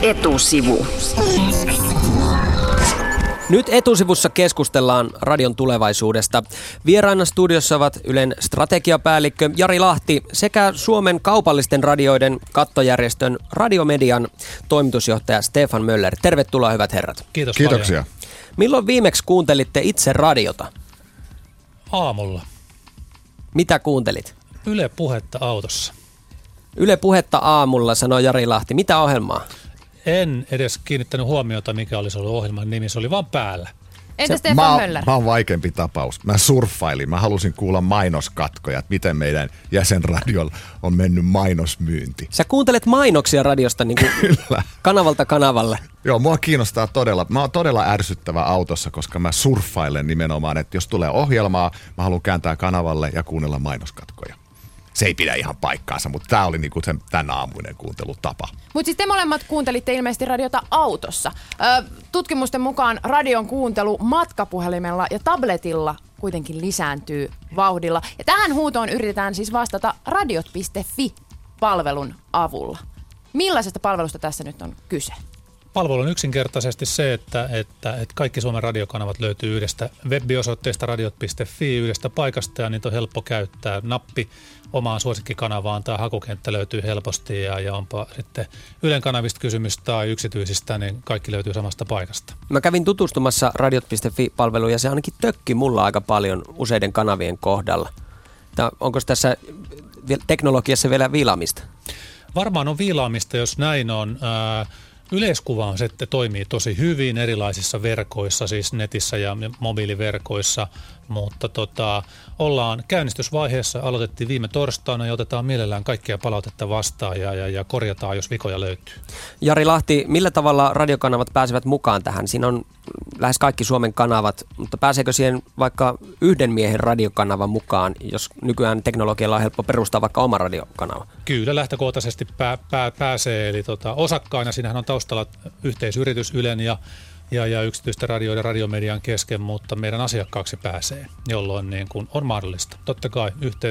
Etusivu. Nyt etusivussa keskustellaan radion tulevaisuudesta. Vieraana studiossa ovat Ylen strategiapäällikkö Jari Lahti sekä Suomen kaupallisten radioiden kattojärjestön Radiomedian toimitusjohtaja Stefan Möller. Tervetuloa, hyvät herrat. Kiitoksia. Paljon. Milloin viimeksi kuuntelitte itse radiota? Aamulla. Mitä kuuntelit? Yle Puhetta autossa. Yle Puhetta aamulla, sanoi Jari Lahti. Mitä ohjelmaa? En edes kiinnittänyt huomiota, mikä olisi ollut ohjelman nimi. Se oli vaan päällä. Entä Stefan Möller? Mä oon vaikeampi tapaus. Mä surffailin. Mä halusin kuulla mainoskatkoja, että miten meidän jäsenradiolla on mennyt mainosmyynti. Sä kuuntelet mainoksia radiosta niin kuin kanavalta kanavalle. Joo, mua kiinnostaa todella. Mä oon todella ärsyttävä autossa, koska mä surffailen nimenomaan, että jos tulee ohjelmaa, mä haluan kääntää kanavalle ja kuunnella mainoskatkoja. Se ei pidä ihan paikkaansa, mutta tämä oli niinku sen tän aamuinen kuuntelutapa. Mutta siis te molemmat kuuntelitte ilmeisesti radiota autossa. Tutkimusten mukaan radion kuuntelu matkapuhelimella ja tabletilla kuitenkin lisääntyy vauhdilla. Ja tähän huutoon yritetään siis vastata radiot.fi-palvelun avulla. Millaisesta palvelusta tässä nyt on kyse? Palvelu on yksinkertaisesti se, että kaikki Suomen radiokanavat löytyy yhdestä web-osoitteesta radiot.fi, yhdestä paikasta ja niitä on helppo käyttää. Nappi omaan suosikkikanavaan tai hakukenttä löytyy helposti ja onpa sitten Ylen kanavista kysymys tai yksityisistä, niin kaikki löytyy samasta paikasta. Mä kävin tutustumassa radiot.fi-palveluun ja se ainakin tökki mulla aika paljon useiden kanavien kohdalla. Onko tässä teknologiassa vielä viilaamista? Varmaan on viilaamista, jos näin on. Yleiskuva on se, että toimii tosi hyvin erilaisissa verkoissa, siis netissä ja mobiiliverkoissa, mutta ollaan käynnistysvaiheessa, aloitettiin viime torstaina ja otetaan mielellään kaikkia palautetta vastaan ja korjataan, jos vikoja löytyy. Jari Lahti, millä tavalla radiokanavat pääsevät mukaan tähän? Siinä on lähes kaikki Suomen kanavat, mutta pääseekö siihen vaikka yhden miehen radiokanavan mukaan, jos nykyään teknologialla on helppo perustaa vaikka oma radiokanava? Kyllä, lähtökohtaisesti pääsee, eli osakkaina siinähän on taustalla yhteisyritys Ylen ja yksityisten radioiden ja radiomedian kesken, mutta meidän asiakkaaksi pääsee, jolloin niin kuin on mahdollista. Totta kai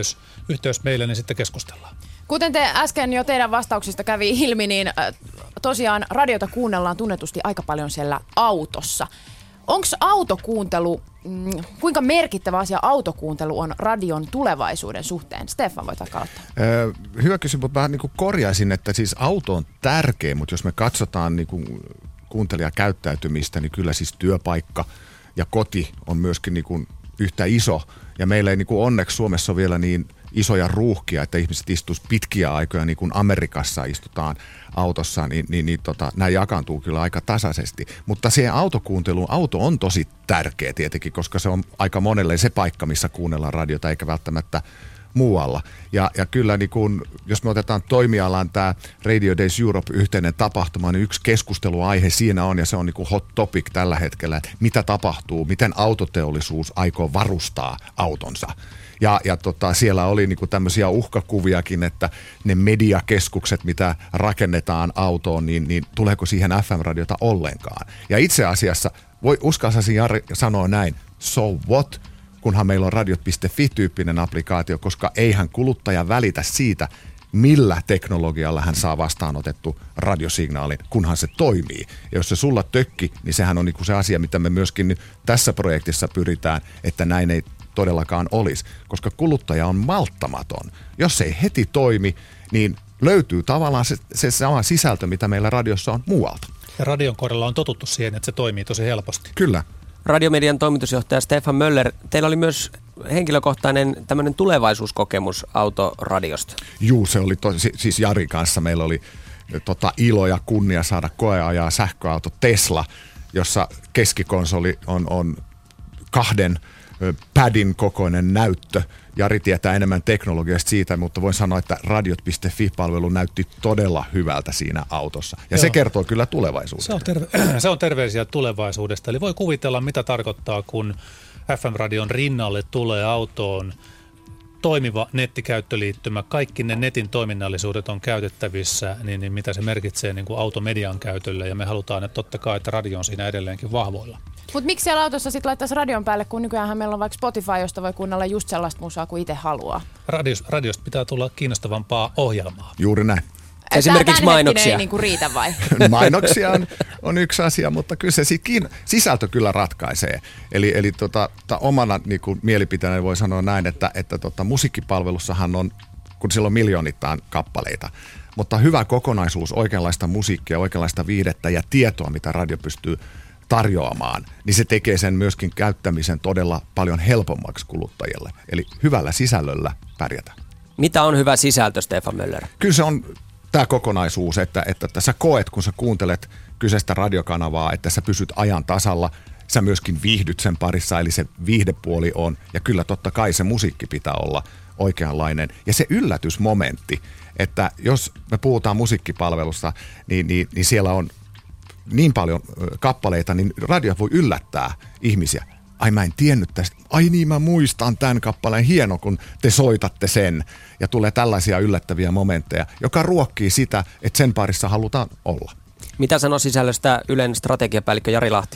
yhteys meille, niin sitten keskustellaan. Kuten te äsken jo teidän vastauksista kävi ilmi, niin tosiaan radiota kuunnellaan tunnetusti aika paljon siellä autossa. Onko autokuuntelu, kuinka merkittävä asia autokuuntelu on radion tulevaisuuden suhteen? Stefan, voit vaikka aloittaa. Hyvä kysymys, mutta vähän niin kuin korjaisin, että siis auto on tärkeä, mutta jos me katsotaan niin kuin kuuntelijakäyttäytymistä, niin kyllä siis työpaikka ja koti on myöskin niin kuin yhtä iso. Ja meillä ei niin kuin onneksi Suomessa ole vielä niin isoja ruuhkia, että ihmiset istuisivat pitkiä aikoja niin kuin Amerikassa istutaan autossa, niin nämä jakaantuu kyllä aika tasaisesti. Mutta siihen autokuunteluun, auto on tosi tärkeä tietenkin, koska se on aika monelle se paikka, missä kuunnellaan radiota, eikä välttämättä muualla. Ja kyllä niin kun, jos me otetaan toimialaan tämä Radio Days Europe yhteinen tapahtuma, niin yksi keskusteluaihe siinä on, ja se on niin kuin hot topic tällä hetkellä, että mitä tapahtuu, miten autoteollisuus aikoo varustaa autonsa. Ja siellä oli niinku tämmöisiä uhkakuviakin, että ne mediakeskukset, mitä rakennetaan autoon, niin tuleeko siihen FM-radiota ollenkaan. Ja itse asiassa, uskaltaisin Jari sanoa näin, so what, kunhan meillä on radiot.fi-tyyppinen applikaatio, koska eihän kuluttaja välitä siitä, millä teknologialla hän saa vastaanotettu radiosignaalin, kunhan se toimii. Ja jos se sulla tökki, niin sehän on niinku se asia, mitä me myöskin tässä projektissa pyritään, että näin ei todellakaan olisi, koska kuluttaja on malttamaton. Jos se ei heti toimi, niin löytyy tavallaan se sama sisältö, mitä meillä radiossa on muualta. Ja radion kohdalla on totuttu siihen, että se toimii tosi helposti. Kyllä. Radiomedian toimitusjohtaja Stefan Möller, teillä oli myös henkilökohtainen tämmöinen tulevaisuuskokemus autoradiosta. Juu, se oli siis Jari kanssa meillä oli ilo ja kunnia saada koeajaa sähköauto Tesla, jossa keskikonsoli on 2 padin kokoinen näyttö. Jari tietää enemmän teknologiasta siitä, mutta voin sanoa, että radiot.fi-palvelu näytti todella hyvältä siinä autossa. Ja se kertoo kyllä tulevaisuudesta. Se on terveisiä tulevaisuudesta. Eli voi kuvitella, mitä tarkoittaa, kun FM-radion rinnalle tulee autoon toimiva nettikäyttöliittymä. Kaikki ne netin toiminnallisuudet on käytettävissä, niin mitä se merkitsee niin kuin automedian käytölle. Ja me halutaan, että totta kai, että radio on siinä edelleenkin vahvoilla. Mutta miksi siellä autossa sitten laittaisi radion päälle, kun nykyäänhän meillä on vaikka Spotify, josta voi kuunnella just sellaista musaa kuin itse haluaa? Radiosta pitää tulla kiinnostavampaa ohjelmaa. Juuri näin. Esimerkiksi mainoksia. Ei niinku riitä vai? Mainoksia on yksi asia, mutta kyllä se sisältö kyllä ratkaisee. Eli omana niin kuin mielipiteenä voi sanoa näin, että musiikkipalvelussahan on, kun siellä on miljoonittain kappaleita, mutta hyvä kokonaisuus, oikeanlaista musiikkia, oikeanlaista viihdettä ja tietoa, mitä radio pystyy tarjoamaan, niin se tekee sen myöskin käyttämisen todella paljon helpommaksi kuluttajille. Eli hyvällä sisällöllä pärjätä. Mitä on hyvä sisältö, Stefan Möller? Kyllä se on tämä kokonaisuus, että sä koet, kun sä kuuntelet kyseistä radiokanavaa, että sä pysyt ajan tasalla, sä myöskin viihdyt sen parissa, eli se viihdepuoli on, ja kyllä totta kai se musiikki pitää olla oikeanlainen. Ja se yllätysmomentti, että jos me puhutaan musiikkipalvelusta, niin siellä on niin paljon kappaleita, niin radio voi yllättää ihmisiä. Ai mä en tiennyt tästä. Ai niin, mä muistan tämän kappaleen. Hieno, kun te soitatte sen. Ja tulee tällaisia yllättäviä momentteja, joka ruokkii sitä, että sen parissa halutaan olla. Mitä sanoo sisällöstä Ylen strategiapäällikkö Jari Lahti?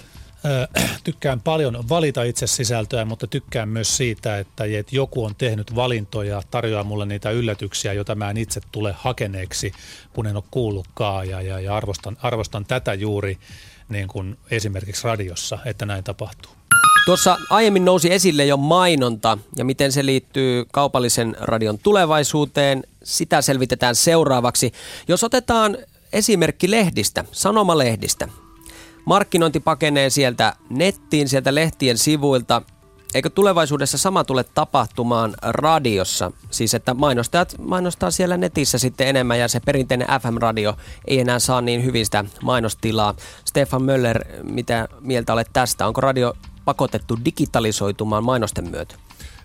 Tykkään paljon valita itse sisältöä, mutta tykkään myös siitä, että joku on tehnyt valintoja, tarjoaa mulle niitä yllätyksiä, joita mä en itse tule hakeneeksi, kun en ole kuullutkaan. Ja arvostan tätä juuri niin kuin esimerkiksi radiossa, että näin tapahtuu. Tuossa aiemmin nousi esille jo mainonta ja miten se liittyy kaupallisen radion tulevaisuuteen. Sitä selvitetään seuraavaksi. Jos otetaan esimerkki lehdistä, sanomalehdistä. Markkinointi pakenee sieltä nettiin, sieltä lehtien sivuilta. Eikö tulevaisuudessa sama tule tapahtumaan radiossa? Siis että mainostajat mainostaa siellä netissä sitten enemmän ja se perinteinen FM-radio ei enää saa niin hyvin sitä mainostilaa. Stefan Möller, mitä mieltä olet tästä? Onko radio pakotettu digitalisoitumaan mainosten myötä?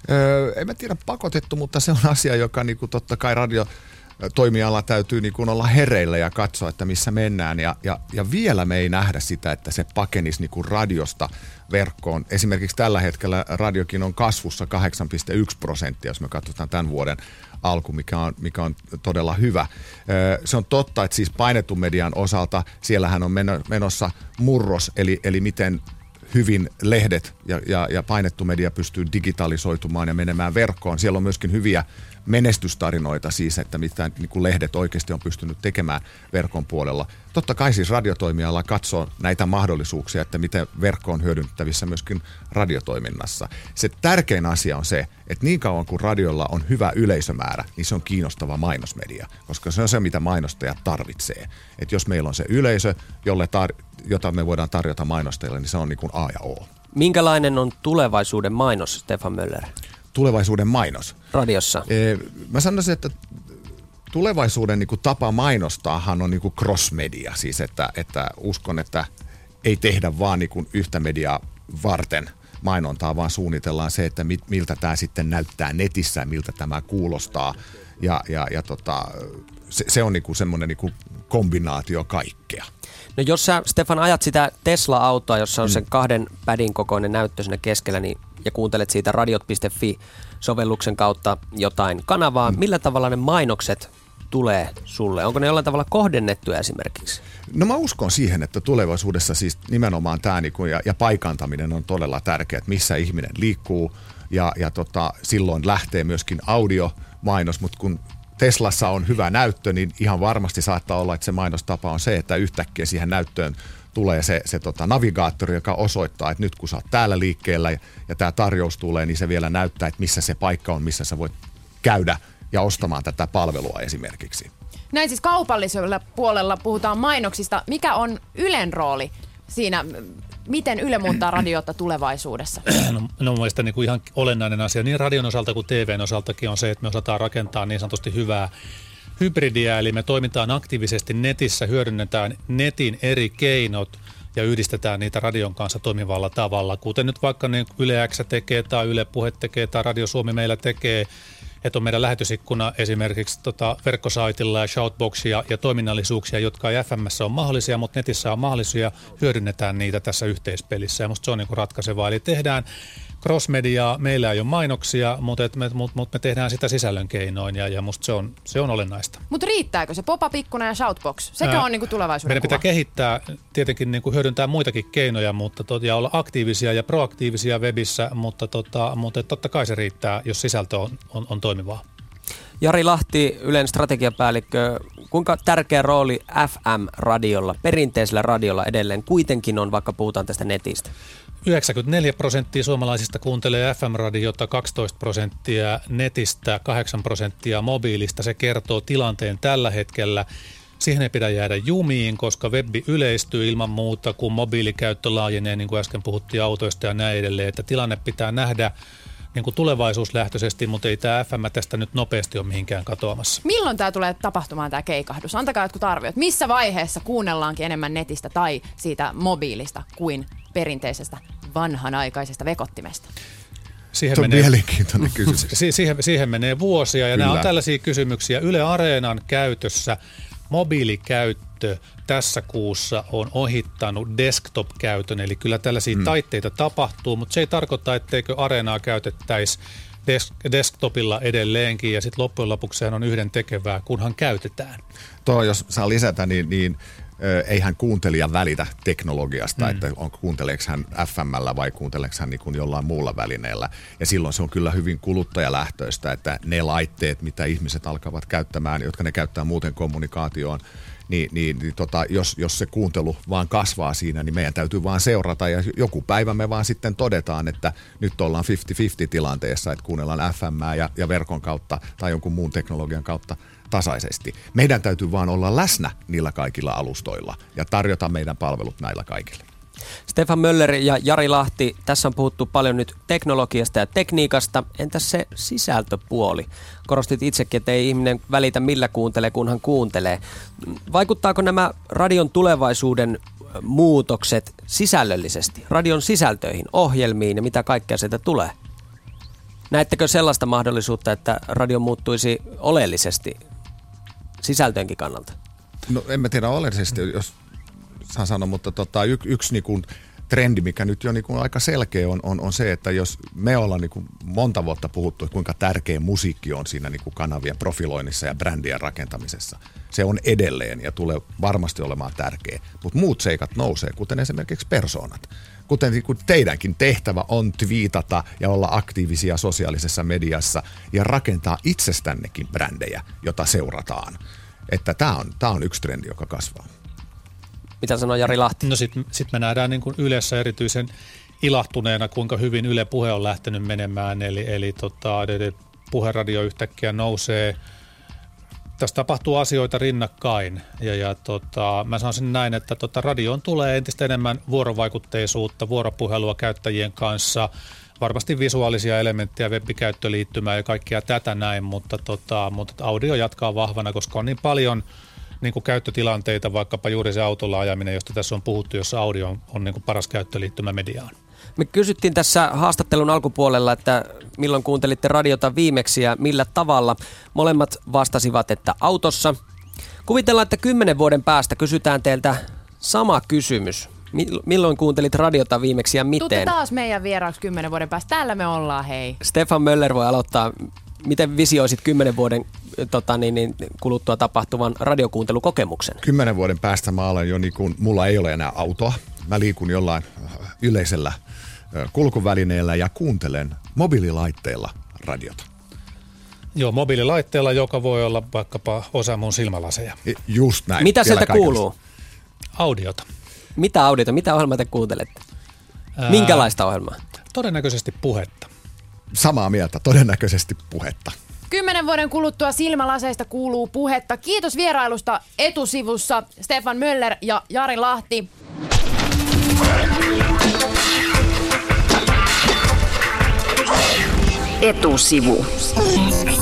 En mä tiedä pakotettu, mutta se on asia, joka niin kuin totta kai radiotoimiala täytyy niin kuin olla hereillä ja katsoa, että missä mennään. Ja vielä me ei nähdä sitä, että se pakenisi niin kuin radiosta verkkoon. Esimerkiksi tällä hetkellä radiokin on kasvussa 8,1%, jos me katsotaan tämän vuoden alku, mikä on todella hyvä. Se on totta, että siis painetun median osalta siellähän on menossa murros, eli miten hyvin lehdet ja painettu media pystyy digitalisoitumaan ja menemään verkkoon. Siellä on myöskin hyviä menestystarinoita siis, että mitä niin kuin lehdet oikeasti on pystynyt tekemään verkon puolella. Totta kai siis radiotoimijalla katsoo näitä mahdollisuuksia, että miten verkko on hyödynnettävissä myöskin radiotoiminnassa. Se tärkein asia on se, että niin kauan kuin radiolla on hyvä yleisömäärä, niin se on kiinnostava mainosmedia, koska se on se, mitä mainostajat tarvitsee. Että jos meillä on se yleisö, jota me voidaan tarjota mainostajille, niin se on niin kuin A ja O. Minkälainen on tulevaisuuden mainos, Stefan Möller? Tulevaisuuden mainos? Radiossa. Mä sanoisin, että tulevaisuuden niin kuin tapa mainostaahan on niin kuin cross-media. Siis että uskon, että ei tehdä vaan niin kuin yhtä mediaa varten mainontaa, vaan suunnitellaan se, että miltä tämä sitten näyttää netissä, miltä tämä kuulostaa. Se on niin kuin semmoinen niin kuin kombinaatio kaikkea. No jos sä, Stefan, ajat sitä Tesla-autoa, jossa on sen 2 pädin kokoinen näyttö siinä keskellä, ja kuuntelet siitä radiot.fi-sovelluksen kautta jotain kanavaa, millä tavalla ne mainokset tulee sulle? Onko ne jollain tavalla kohdennettuja esimerkiksi? No mä uskon siihen, että tulevaisuudessa siis nimenomaan tämä ja paikantaminen on todella tärkeää, että missä ihminen liikkuu ja silloin lähtee myöskin audiomainos, mutta kun Teslassa on hyvä näyttö, niin ihan varmasti saattaa olla, että se mainostapa on se, että yhtäkkiä siihen näyttöön tulee se navigaattori, joka osoittaa, että nyt kun sä oot täällä liikkeellä ja tämä tarjous tulee, niin se vielä näyttää, että missä se paikka on, missä sä voit käydä ja ostamaan tätä palvelua esimerkiksi. Näin siis kaupallisella puolella puhutaan mainoksista. Mikä on Ylen rooli siinä? Miten Yle muuttaa radiota tulevaisuudessa? No mielestäni niin kuin ihan olennainen asia niin radion osalta kuin TVn osaltakin on se, että me osataan rakentaa niin sanotusti hyvää hybridiä, eli me toimitaan aktiivisesti netissä, hyödynnetään netin eri keinot ja yhdistetään niitä radion kanssa toimivalla tavalla, kuten nyt vaikka niin Yle X tekee tai Yle Puhe tekee tai Radio Suomi meillä tekee, että on meidän lähetysikkuna esimerkiksi verkkosaitilla ja shoutboxia ja toiminnallisuuksia, jotka ei FM:ssä ole mahdollisia, mutta netissä on mahdollisia, hyödynnetään niitä tässä yhteispelissä ja musta se on niin kuin ratkaisevaa, eli tehdään cross-mediaa, meillä ei ole mainoksia, mutta me tehdään sitä sisällön keinoin ja musta se on olennaista. Mutta riittääkö se pop-up-ikkuna ja shoutbox? Sekä on niinku tulevaisuuden meidän kuva. pitää kehittää, tietenkin niinku hyödyntää muitakin keinoja, mutta ja olla aktiivisia ja proaktiivisia webissä, mutta totta kai se riittää, jos sisältö on toimivaa. Jari Lahti, Ylen strategiapäällikkö, kuinka tärkeä rooli FM-radiolla, perinteisellä radiolla edelleen kuitenkin on, vaikka puhutaan tästä netistä? 94% suomalaisista kuuntelee FM-radiota, 12% netistä, 8% mobiilista. Se kertoo tilanteen tällä hetkellä. Siihen ei pidä jäädä jumiin, koska webbi yleistyy ilman muuta, kun mobiilikäyttö laajenee, niin kuin äsken puhuttiin autoista ja näin edelleen. Että tilanne pitää nähdä niin kuin tulevaisuuslähtöisesti, mutta ei tämä FM tästä nyt nopeasti ole mihinkään katoamassa. Milloin tämä tulee tapahtumaan, tämä keikahdus? Antakaa jotkut arviot. Missä vaiheessa kuunnellaankin enemmän netistä tai siitä mobiilista kuin perinteisestä vanhanaikaisesta vekottimesta? Se on mielenkiintoinen kysymys. Siihen menee vuosia ja Kyllä. nämä on tällaisia kysymyksiä. Yle Areenan käytössä mobiilikäyttö tässä kuussa on ohittanut desktop-käytön, eli kyllä tällaisia taitteita tapahtuu, mutta se ei tarkoita, etteikö Areenaa käytettäisi desktopilla edelleenkin, ja sitten loppujen lopuksi sehän on yhden tekevää, kunhan käytetään. Jos saa lisätä, niin eihän kuuntelija välitä teknologiasta, että kuunteleeko hän FM:llä vai kuunteleeko hän niin kuin jollain muulla välineellä. Ja silloin se on kyllä hyvin kuluttajalähtöistä, että ne laitteet, mitä ihmiset alkavat käyttämään, jotka ne käyttää muuten kommunikaatioon, jos se kuuntelu vaan kasvaa siinä, niin meidän täytyy vaan seurata ja joku päivä me vaan sitten todetaan, että nyt ollaan 50-50 tilanteessa, että kuunnellaan FM:ää ja verkon kautta tai jonkun muun teknologian kautta tasaisesti. Meidän täytyy vaan olla läsnä niillä kaikilla alustoilla ja tarjota meidän palvelut näillä kaikille. Stefan Möller ja Jari Lahti, tässä on puhuttu paljon nyt teknologiasta ja tekniikasta. Entäs se sisältöpuoli? Korostit itsekin, että ei ihminen välitä millä kuuntelee, kunhan kuuntelee. Vaikuttaako nämä radion tulevaisuuden muutokset sisällöllisesti, radion sisältöihin, ohjelmiin ja mitä kaikkea sieltä tulee? Näettekö sellaista mahdollisuutta, että radio muuttuisi oleellisesti sisältöönkin kannalta? No en mä tiedä oleellisesti, jos saan sanoa, mutta yksi niin kuin trendi, mikä nyt jo niin kuin aika selkeä on se, että jos me ollaan niin kuin monta vuotta puhuttu, että kuinka tärkeä musiikki on siinä niin kuin kanavien profiloinnissa ja brändien rakentamisessa. Se on edelleen ja tulee varmasti olemaan tärkeä, mutta muut seikat nousee, kuten esimerkiksi persoonat. Kuten niin kuin teidänkin tehtävä on twiitata ja olla aktiivisia sosiaalisessa mediassa ja rakentaa itsestännekin brändejä, jota seurataan. Että tämä on yksi trendi, joka kasvaa. Mitä sanoo Jari Lahti? No sit me nähdään niin kuin Ylessä erityisen ilahtuneena, kuinka hyvin Yle Puhe on lähtenyt menemään. Eli puheradio yhtäkkiä nousee. Tässä tapahtuu asioita rinnakkain. Mä sanoisin näin, että radioon tulee entistä enemmän vuorovaikutteisuutta, vuoropuhelua käyttäjien kanssa. Varmasti visuaalisia elementtejä, web-käyttöliittymää ja kaikkea tätä näin, mutta audio jatkaa vahvana, koska on niin paljon niin kuin käyttötilanteita, vaikkapa juuri se autolla ajaminen, josta tässä on puhuttu, jossa audio on niin kuin paras käyttöliittymä mediaan. Me kysyttiin tässä haastattelun alkupuolella, että milloin kuuntelitte radiota viimeksi ja millä tavalla. Molemmat vastasivat, että autossa. Kuvitellaan, että 10 vuoden päästä kysytään teiltä sama kysymys. Milloin kuuntelit radiota viimeksi ja miten? Tuutte taas meidän vieraaksi 10 vuoden päästä. Täällä me ollaan, hei. Stefan Möller voi aloittaa. Miten visioisit 10 vuoden kuluttua tapahtuvan radiokuuntelukokemuksen? 10 vuoden päästä mä olen jo niin kuin, mulla ei ole enää autoa. Mä liikun jollain yleisellä kulkuvälineellä ja kuuntelen mobiililaitteella radiota. Joo, mobiililaitteella, joka voi olla vaikkapa osa mun silmälaseja. Just näin. Mitä sieltä kuuluu? Audiota. Mitä audiota? Mitä ohjelmaa te kuuntelette? Minkälaista ohjelmaa? Todennäköisesti puhetta. Samaa mieltä, todennäköisesti puhetta. 10 vuoden kuluttua silmälaseista kuuluu puhetta. Kiitos vierailusta Etusivussa Stefan Möller ja Jari Lahti. Etusivu.